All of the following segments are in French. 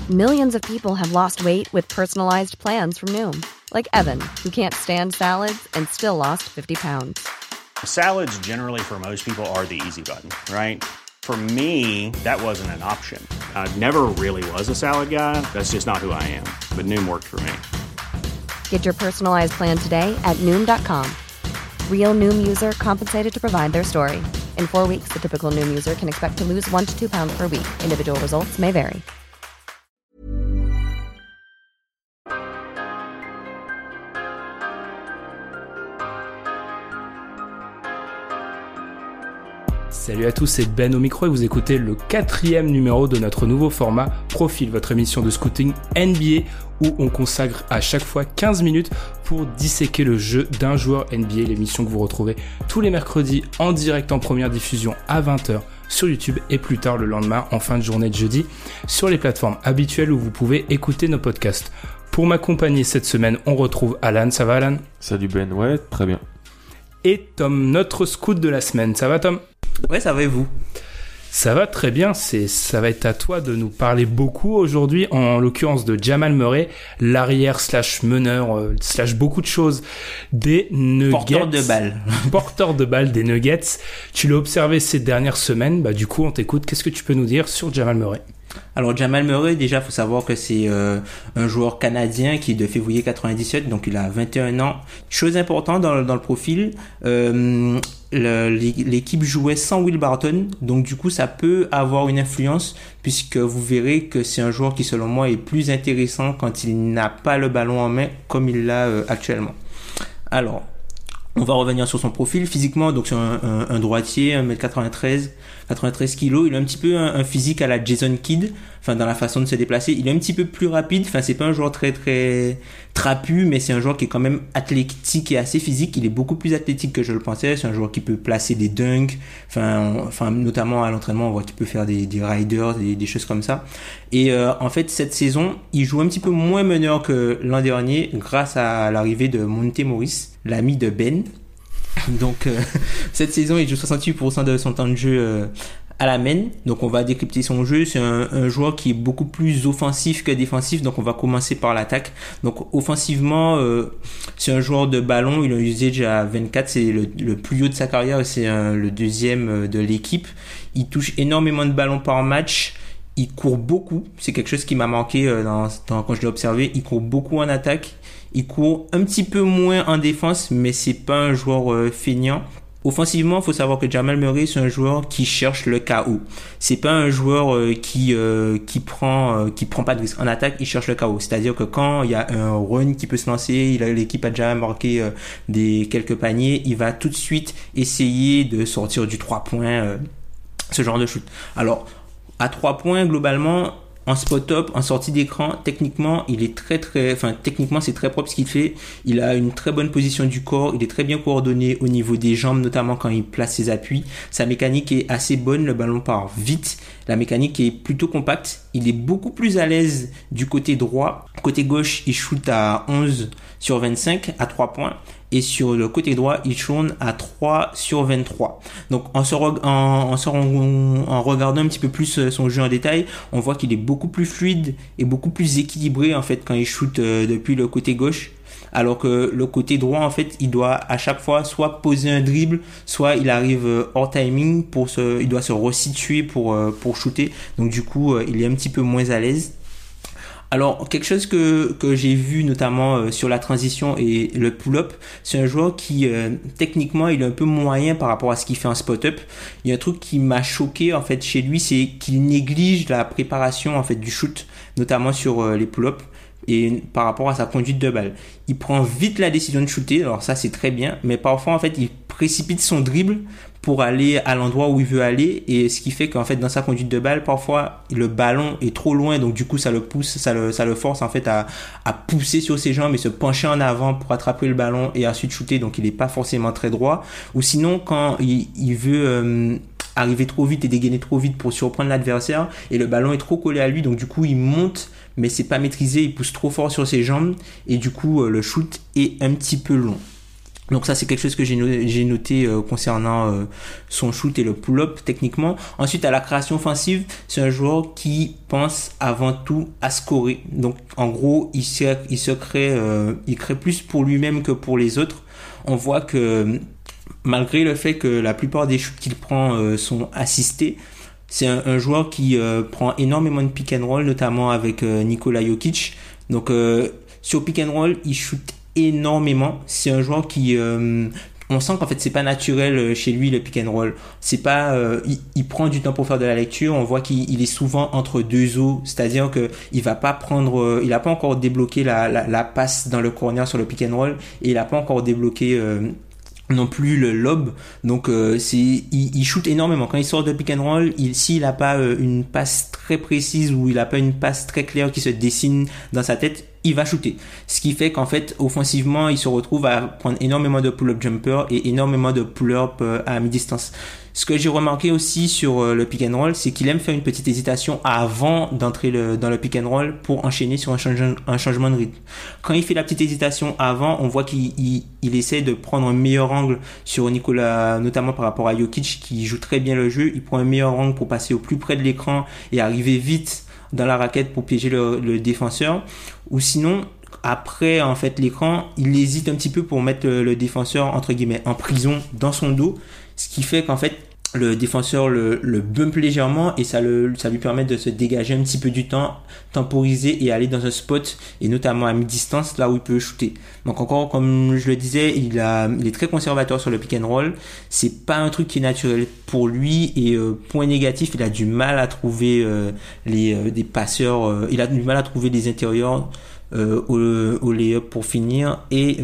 Millions of people have lost weight with personalized plans from Noom. Like Evan, who can't stand salads and still lost 50 pounds. Salads generally for most people are the easy button, right? For me, that wasn't an option. I never really was a salad guy. That's just not who I am. But Noom worked for me. Get your personalized plan today at Noom.com. Real Noom user compensated to provide their story. In 4 weeks, the typical Noom user can expect to lose 1 to 2 pounds per week. Individual results may vary. Salut à tous, c'est Ben au micro et vous écoutez le 4e numéro de notre nouveau format Profil, votre émission de scouting NBA où on consacre à chaque fois 15 minutes pour disséquer le jeu d'un joueur NBA, l'émission que vous retrouvez tous les mercredis en direct en première diffusion à 20h sur YouTube et plus tard le lendemain en fin de journée de jeudi sur les plateformes habituelles où vous pouvez écouter nos podcasts. Pour m'accompagner cette semaine, on retrouve Alan. Ça va Alan ? Salut Ben, ouais, très bien. Et Tom, notre scout de la semaine. Ça va Tom ? Ouais, ça va et vous ? Ça va très bien, ça va être à toi de nous parler beaucoup aujourd'hui, en l'occurrence de Jamal Murray, l'arrière / meneur / beaucoup de choses des Nuggets. Porteur de balle des Nuggets. Tu l'as observé ces dernières semaines, du coup on t'écoute. Qu'est-ce que tu peux nous dire sur Jamal Murray ? Alors Jamal Murray, déjà faut savoir que c'est un joueur canadien qui est de février 97, donc il a 21 ans. Chose importante dans le profil, l'équipe jouait sans Will Barton, donc du coup ça peut avoir une influence puisque vous verrez que c'est un joueur qui selon moi est plus intéressant quand il n'a pas le ballon en main comme il l'a actuellement. Alors, on va revenir sur son profil physiquement, donc c'est un droitier, 1m93, 93 kg, il a un petit peu un physique à la Jason Kidd, enfin dans la façon de se déplacer, il est un petit peu plus rapide, enfin c'est pas un joueur très très trapu, mais c'est un joueur qui est quand même athlétique et assez physique, il est beaucoup plus athlétique que je le pensais, c'est un joueur qui peut placer des dunks, enfin notamment à l'entraînement on voit qu'il peut faire des riders, des choses comme ça, et en fait cette saison il joue un petit peu moins meneur que l'an dernier grâce à l'arrivée de Monte Morris, l'ami de Ben. Donc cette saison il joue 68% de son temps de jeu à la main, donc on va décrypter son jeu. C'est un joueur qui est beaucoup plus offensif que défensif, donc on va commencer par l'attaque. Donc offensivement c'est un joueur de ballon, il a un usage à 24, c'est le plus haut de sa carrière et c'est le deuxième de l'équipe. Il touche énormément de ballons par match, il court beaucoup, c'est quelque chose qui m'a manqué quand je l'ai observé, il court beaucoup en attaque. Il court un petit peu moins en défense, mais c'est pas un joueur feignant. Offensivement, il faut savoir que Jamal Murray, c'est un joueur qui cherche le KO. C'est pas un joueur qui prend pas de risque. En attaque, il cherche le KO. C'est-à-dire que quand il y a un run qui peut se lancer, l'équipe a déjà marqué quelques paniers, il va tout de suite essayer de sortir du 3 points, ce genre de shoot. Alors, à 3 points, globalement, en spot-up, en sortie d'écran, techniquement, il est techniquement, c'est très propre ce qu'il fait. Il a une très bonne position du corps. Il est très bien coordonné au niveau des jambes, notamment quand il place ses appuis. Sa mécanique est assez bonne. Le ballon part vite. La mécanique est plutôt compacte. Il est beaucoup plus à l'aise du côté droit. Côté gauche, il shoot à 11 sur 25 à 3 points. Et sur le côté droit, il tourne à 3 sur 23. Donc, en regardant un petit peu plus son jeu en détail, on voit qu'il est beaucoup plus fluide et beaucoup plus équilibré, en fait, quand il shoot depuis le côté gauche. Alors que le côté droit, en fait, il doit à chaque fois soit poser un dribble, soit il arrive hors timing il doit se resituer pour shooter. Donc, du coup, il est un petit peu moins à l'aise. Alors, quelque chose que j'ai vu notamment sur la transition et le pull-up, c'est un joueur qui, techniquement, il est un peu moyen par rapport à ce qu'il fait en spot-up. Il y a un truc qui m'a choqué, en fait, chez lui, c'est qu'il néglige la préparation, en fait, du shoot, notamment sur les pull-ups et par rapport à sa conduite de balle. Il prend vite la décision de shooter, alors ça, c'est très bien, mais parfois, en fait, il précipite son dribble pour aller à l'endroit où il veut aller, et ce qui fait qu'en fait dans sa conduite de balle parfois le ballon est trop loin, donc du coup ça le pousse, ça le force en fait à pousser sur ses jambes et se pencher en avant pour attraper le ballon et ensuite shooter, donc il est pas forcément très droit. Ou sinon quand il veut arriver trop vite et dégainer trop vite pour surprendre l'adversaire et le ballon est trop collé à lui, donc du coup il monte mais c'est pas maîtrisé, il pousse trop fort sur ses jambes et du coup le shoot est un petit peu long. Donc ça, c'est quelque chose que j'ai noté concernant son shoot et le pull-up techniquement. Ensuite, à la création offensive, c'est un joueur qui pense avant tout à scorer. Donc en gros, il crée plus pour lui-même que pour les autres. On voit que malgré le fait que la plupart des shoots qu'il prend sont assistés, c'est un joueur qui prend énormément de pick and roll, notamment avec Nikola Jokic. Donc sur pick and roll, il shoot énormément. C'est un joueur qui on sent qu'en fait c'est pas naturel chez lui le pick and roll. C'est pas il prend du temps pour faire de la lecture. On voit qu'il est souvent entre deux eaux, c'est-à-dire que il va pas prendre il a pas encore débloqué la passe dans le corner sur le pick and roll et il a pas encore débloqué non plus le lob. Donc il shoot énormément quand il sort de pick and roll. S'il a pas une passe très précise ou il a pas une passe très claire qui se dessine dans sa tête, il va shooter. Ce qui fait qu'en fait offensivement il se retrouve à prendre énormément de pull-up jumper et énormément de pull-up à mi-distance. Ce que j'ai remarqué aussi sur le pick and roll, c'est qu'il aime faire une petite hésitation avant d'entrer dans le pick and roll pour enchaîner sur un changement de rythme. Quand il fait la petite hésitation avant, on voit qu'il essaie de prendre un meilleur angle sur Nikola, notamment par rapport à Jokic qui joue très bien le jeu. Il prend un meilleur angle pour passer au plus près de l'écran et arriver vite dans la raquette pour piéger le défenseur. Ou sinon, après en fait l'écran, il hésite un petit peu pour mettre le défenseur entre guillemets en prison dans son dos, ce qui fait qu'en fait le défenseur le bump légèrement et ça lui permet de se dégager un petit peu du temps, temporiser et aller dans un spot et notamment à mi-distance là où il peut shooter. Donc encore comme je le disais, il est très conservateur sur le pick and roll. C'est pas un truc qui est naturel pour lui et point négatif, il a du mal à trouver des passeurs, il a du mal à trouver des intérieurs au lay-up pour finir et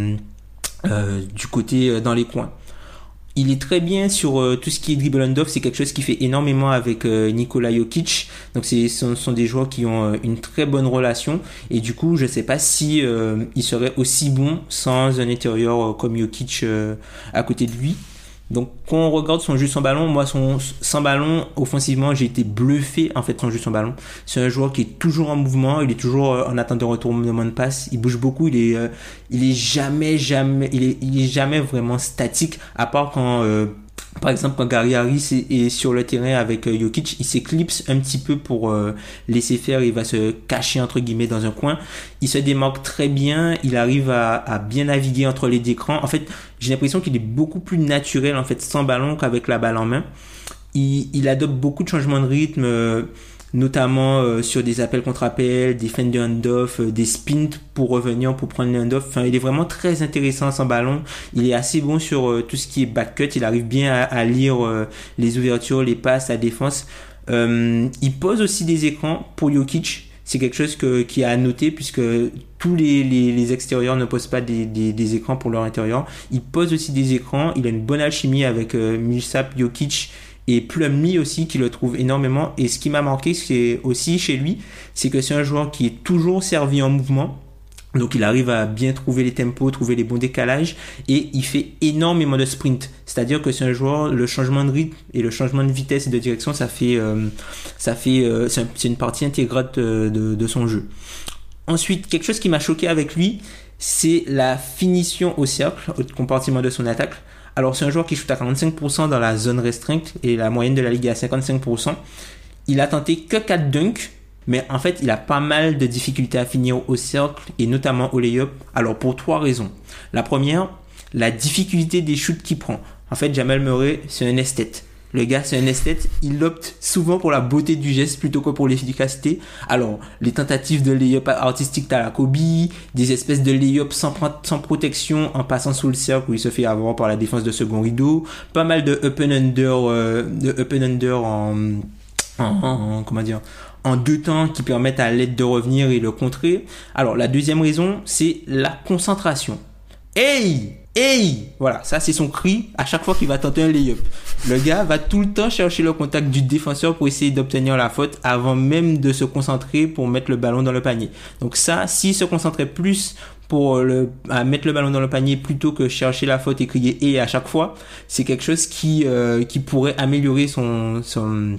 du côté dans les coins. Il est très bien sur tout ce qui est dribble and off, c'est quelque chose qui fait énormément avec Nikola Jokic. Donc ce sont des joueurs qui ont une très bonne relation et du coup je sais pas si il serait aussi bon sans un intérieur comme Jokic à côté de lui. Donc quand on regarde son jeu sans ballon, moi sans ballon offensivement j'ai été bluffé en fait son jeu sans ballon. C'est un joueur qui est toujours en mouvement, il est toujours en attente de retournement de passe, il bouge beaucoup, il est jamais vraiment statique à part quand par exemple quand Gary Harris est sur le terrain avec Jokic, il s'éclipse un petit peu pour laisser faire, il va se cacher entre guillemets dans un coin. Il se démarque très bien, il arrive à bien naviguer entre les écrans. En fait, j'ai l'impression qu'il est beaucoup plus naturel en fait sans ballon qu'avec la balle en main. Il adopte beaucoup de changements de rythme, notamment sur des appels contre appels, des feintes de hand-off, des spins pour revenir, pour prendre les hand-off. Enfin, il est vraiment très intéressant sans ballon. Il est assez bon sur tout ce qui est back cut. Il arrive bien à lire les ouvertures, les passes, la défense. Il pose aussi des écrans pour Jokic. C'est quelque chose qui a à noter puisque tous les extérieurs ne posent pas des écrans pour leur intérieur. Il pose aussi des écrans. Il a une bonne alchimie avec Millsap, Jokic et Plumlee aussi qui le trouve énormément. Et ce qui m'a marqué c'est aussi chez lui, c'est que c'est un joueur qui est toujours servi en mouvement. Donc il arrive à bien trouver les tempos, trouver les bons décalages et il fait énormément de sprint. C'est-à-dire que c'est un joueur, le changement de rythme et le changement de vitesse et de direction, c'est une partie intégrante de son jeu. Ensuite, quelque chose qui m'a choqué avec lui, c'est la finition au cercle, au compartiment de son attaque. Alors c'est un joueur qui shoot à 45% dans la zone restreinte et la moyenne de la ligue est à 55%. Il a tenté que 4 dunks. Mais en fait, il a pas mal de difficultés à finir au cercle et notamment au lay-up. Alors pour 3 raisons. La première, la difficulté des shoots qu'il prend. En fait, Jamal Murray, c'est un esthète. Le gars, c'est un esthète. Il opte souvent pour la beauté du geste plutôt que pour l'efficacité. Alors, les tentatives de lay-up artistiques à la Kobe, des espèces de lay-up sans protection en passant sous le cercle où il se fait avoir par la défense de second rideau. Pas mal de up and under en 2 temps qui permettent à l'aide de revenir et le contrer. Alors la deuxième raison, c'est la concentration. Hey! Voilà, ça c'est son cri à chaque fois qu'il va tenter un lay-up. Le gars va tout le temps chercher le contact du défenseur pour essayer d'obtenir la faute avant même de se concentrer pour mettre le ballon dans le panier. Donc ça, s'il se concentrait plus à mettre le ballon dans le panier plutôt que chercher la faute et crier « et » à chaque fois, c'est quelque chose qui pourrait améliorer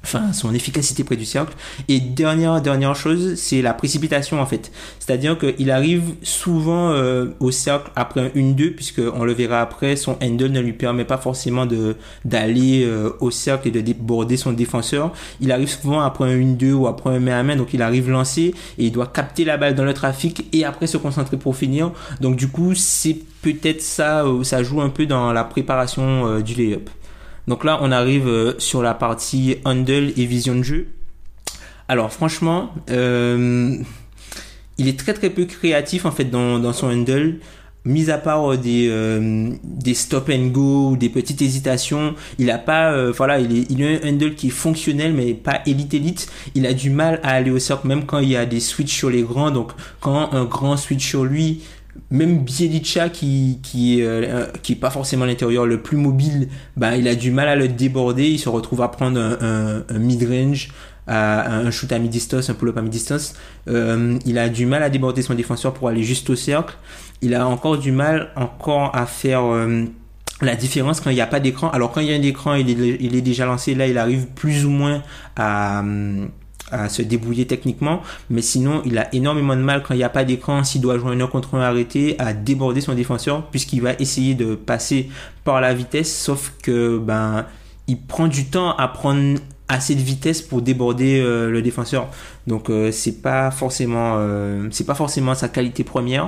enfin son efficacité près du cercle. Et dernière chose, c'est la précipitation en fait. C'est-à-dire qu'il arrive souvent au cercle après un 1-2, puisque on le verra après, son handle ne lui permet pas forcément d'aller au cercle et de déborder son défenseur. Il arrive souvent après un 1-2 ou après un main à main, donc il arrive lancé et il doit capter la balle dans le trafic et après se concentrer pour finir. Donc du coup, c'est peut-être ça, ça joue un peu dans la préparation du lay-up. Donc là, on arrive sur la partie handle et vision de jeu. Alors franchement, il est très très peu créatif en fait dans son handle. Mis à part des stop and go ou des petites hésitations, il a pas il a un handle qui est fonctionnel mais pas élite. Il a du mal à aller au cercle même quand il y a des switches sur les grands. Donc quand un grand switch sur lui, même Bjelica qui est pas forcément l'intérieur le plus mobile, il a du mal à le déborder. Il se retrouve à prendre un mid-range, un shoot à mi-distance, un pull-up à mi-distance. Il a du mal à déborder son défenseur pour aller juste au cercle. Il a encore du mal à faire la différence quand il n'y a pas d'écran. Alors quand il y a un écran, il est déjà lancé. Là, il arrive plus ou moins à se débrouiller techniquement, mais sinon il a énormément de mal quand il n'y a pas d'écran, s'il doit jouer un 1 contre 1 arrêté, à déborder son défenseur, puisqu'il va essayer de passer par la vitesse, sauf que il prend du temps à prendre assez de vitesse pour déborder le défenseur. Donc c'est pas forcément sa qualité première.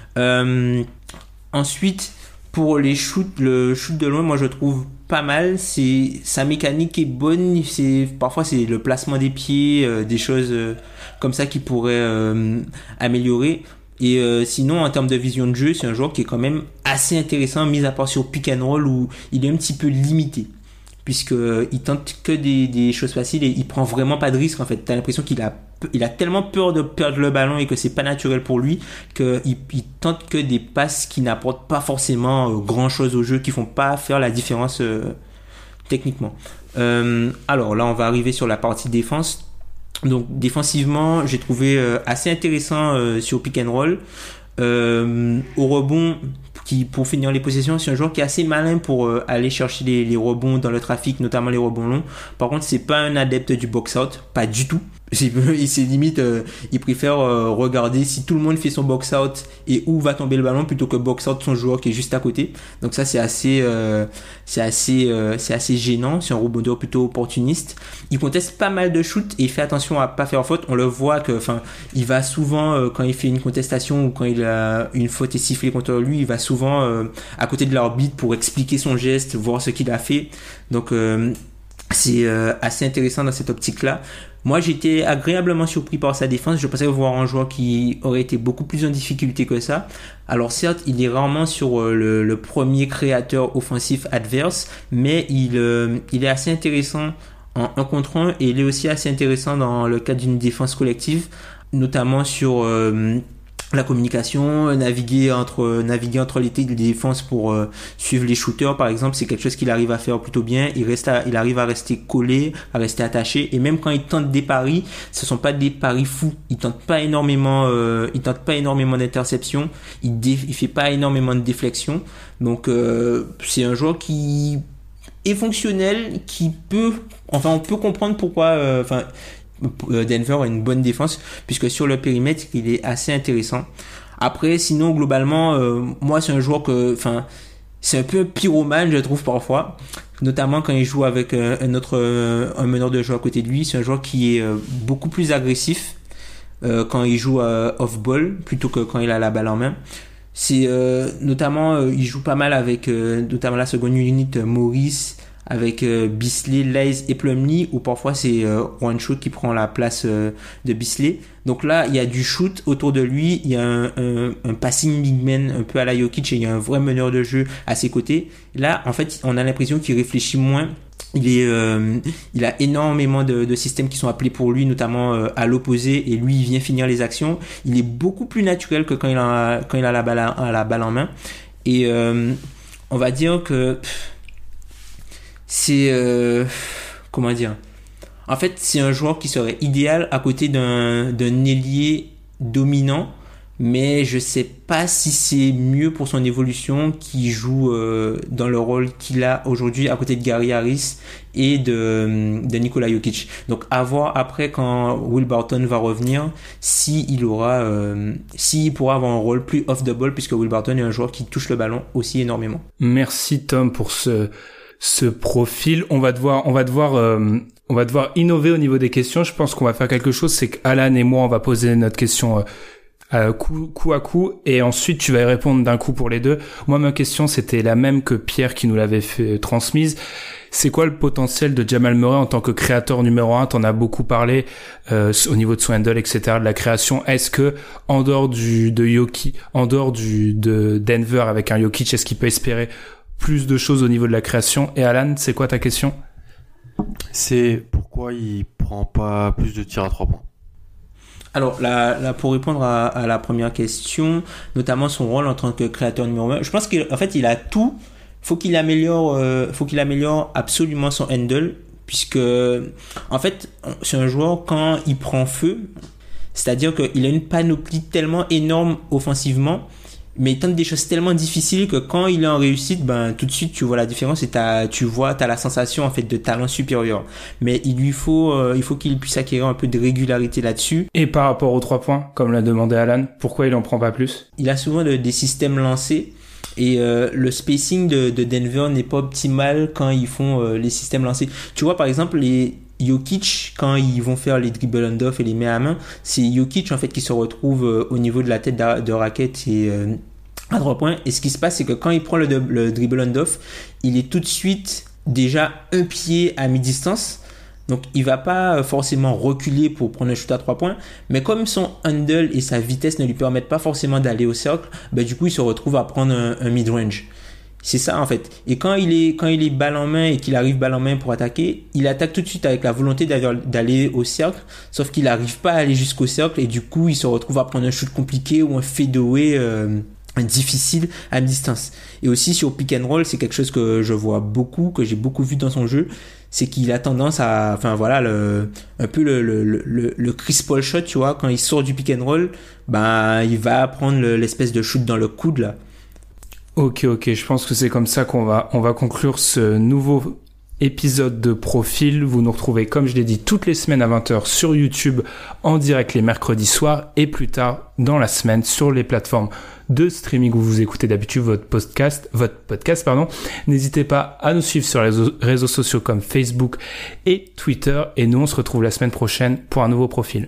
Ensuite, pour les shoots, le shoot de loin, moi je trouve pas mal. Sa mécanique est bonne. Parfois c'est le placement des pieds, des choses comme ça qui pourraient améliorer. Et sinon, en termes de vision de jeu, c'est un joueur qui est quand même assez intéressant, mis à part sur pick and roll où il est un petit peu limité, puisque il tente que des choses faciles et il prend vraiment pas de risque en fait. T'as l'impression qu'il a tellement peur de perdre le ballon et que c'est pas naturel pour lui qu'il tente que des passes qui n'apportent pas forcément grand chose au jeu, qui font pas faire la différence techniquement. Alors là, on va arriver sur la partie défense. Donc défensivement, j'ai trouvé assez intéressant sur pick and roll. Au rebond, pour finir les possessions, c'est un joueur qui est assez malin pour aller chercher les rebonds dans le trafic, notamment les rebonds longs. Par contre, c'est pas un adepte du box-out, pas du tout. C'est limite, il préfère regarder si tout le monde fait son box-out et où va tomber le ballon plutôt que box-out son joueur qui est juste à côté. Donc ça, c'est assez gênant. C'est un rebondeur plutôt opportuniste. Il conteste pas mal de shoots et il fait attention à pas faire faute. On le voit il va souvent quand il fait une contestation ou quand il a une faute et sifflée contre lui, il va souvent à côté de l'arbitre pour expliquer son geste, voir ce qu'il a fait. Donc c'est assez intéressant dans cette optique-là. Moi, j'étais agréablement surpris par sa défense. Je pensais voir un joueur qui aurait été beaucoup plus en difficulté que ça. Alors certes, il est rarement sur le premier créateur offensif adverse, mais il est assez intéressant en 1 contre 1 et il est aussi assez intéressant dans le cadre d'une défense collective, notamment sur la communication, naviguer entre les défenses pour suivre les shooters par exemple. C'est quelque chose qu'il arrive à faire plutôt bien. Il arrive à rester collé, à rester attaché, et même quand il tente des paris, ce sont pas des paris fous. Il tente pas énormément d'interceptions, il fait pas énormément de déflexions. Donc c'est un joueur qui est fonctionnel, on peut comprendre pourquoi Denver a une bonne défense, puisque sur le périmètre il est assez intéressant. Après sinon globalement moi c'est un joueur c'est un peu un pyromane, je trouve, parfois, notamment quand il joue avec un meneur de jeu à côté de lui. C'est un joueur qui est beaucoup plus agressif quand il joue off-ball plutôt que quand il a la balle en main. C'est notamment il joue pas mal avec notamment la seconde unit Morris, avec Bisley, Lays et Plumlee, ou parfois c'est Juancho qui prend la place de Bisley. Donc là, il y a du shoot autour de lui, il y a un passing big man un peu à la Jokic, et il y a un vrai meneur de jeu à ses côtés. Là, en fait, on a l'impression qu'il réfléchit moins. Il a énormément de systèmes qui sont appelés pour lui, notamment à l'opposé, et lui il vient finir les actions. Il est beaucoup plus naturel que quand il a la balle en main. Et on va dire que c'est comment dire, en fait c'est un joueur qui serait idéal à côté d'un ailier dominant, mais je sais pas si c'est mieux pour son évolution qu'il joue dans le rôle qu'il a aujourd'hui à côté de Gary Harris et de Nikola Jokic. Donc à voir après quand Will Barton va revenir s'il pourra avoir un rôle plus off the ball, puisque Will Barton est un joueur qui touche le ballon aussi énormément. Merci Tom pour ce profil. On va devoir innover au niveau des questions. Je pense qu'on va faire quelque chose, c'est qu'Alan et moi on va poser notre question coup à coup, et ensuite tu vas y répondre d'un coup pour les deux. Moi, ma question, c'était la même que Pierre qui nous l'avait transmise. C'est quoi le potentiel de Jamal Murray en tant que créateur numéro 1? T'en as beaucoup parlé au niveau de son handle, etc., de la création. Est-ce que en dehors de Denver avec un Jokic, est-ce qu'il peut espérer plus de choses au niveau de la création? Et Alan, c'est quoi ta question? C'est pourquoi il prend pas plus de tirs à 3 points? Alors, là, pour répondre à la première question, notamment son rôle en tant que créateur numéro 1, je pense qu'en fait, il a tout. Faut qu'il améliore absolument son handle, puisque, en fait, c'est un joueur, quand il prend feu, c'est-à-dire qu'il a une panoplie tellement énorme offensivement, mais il tente des choses tellement difficiles que quand il est en réussite, tout de suite tu vois la différence et t'as la sensation en fait de talent supérieur. Mais il faut qu'il puisse acquérir un peu de régularité là-dessus. Et par rapport aux 3 points, comme l'a demandé Alan, pourquoi il en prend pas plus? Il a souvent des systèmes lancés et le spacing de Denver n'est pas optimal quand ils font les systèmes lancés. Tu vois par exemple les Jokic, quand ils vont faire les dribble hand-off et les mains à main, c'est Jokic en fait qui se retrouve au niveau de la tête de raquette et à 3 points. Et ce qui se passe, c'est que quand il prend le dribble hand-off, il est tout de suite déjà un pied à mi-distance. Donc il va pas forcément reculer pour prendre un shoot à 3 points, mais comme son handle et sa vitesse ne lui permettent pas forcément d'aller au cercle, du coup il se retrouve à prendre un mid-range. C'est ça en fait. Et quand il est balle en main et qu'il arrive balle en main pour attaquer, il attaque tout de suite avec la volonté d'aller au cercle, sauf qu'il n'arrive pas à aller jusqu'au cercle et du coup il se retrouve à prendre un shoot compliqué ou un fadeaway difficile à distance. Et aussi sur pick and roll, c'est quelque chose que je vois beaucoup, que j'ai beaucoup vu dans son jeu, c'est qu'il a tendance à, un peu le Chris Paul shot, tu vois, quand il sort du pick and roll, il va prendre l'espèce de shoot dans le coude là. Ok, je pense que c'est comme ça qu'on va conclure ce nouveau épisode de Profil. Vous nous retrouvez, comme je l'ai dit, toutes les semaines à 20h sur YouTube, en direct les mercredis soirs, et plus tard dans la semaine sur les plateformes de streaming où vous écoutez d'habitude votre podcast. N'hésitez pas à nous suivre sur les réseaux sociaux comme Facebook et Twitter, et nous on se retrouve la semaine prochaine pour un nouveau Profil.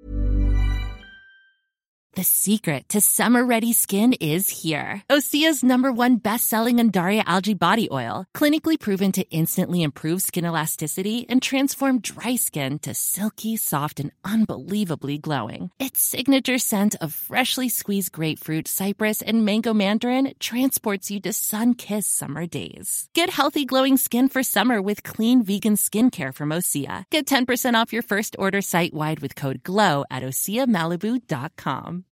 The secret to summer-ready skin is here. Osea's #1 best-selling Undaria Algae Body Oil, clinically proven to instantly improve skin elasticity and transform dry skin to silky, soft, and unbelievably glowing. Its signature scent of freshly squeezed grapefruit, cypress, and mango mandarin transports you to sun-kissed summer days. Get healthy, glowing skin for summer with clean vegan skincare from Osea. Get 10% off your first order site-wide with code GLOW at OseaMalibu.com.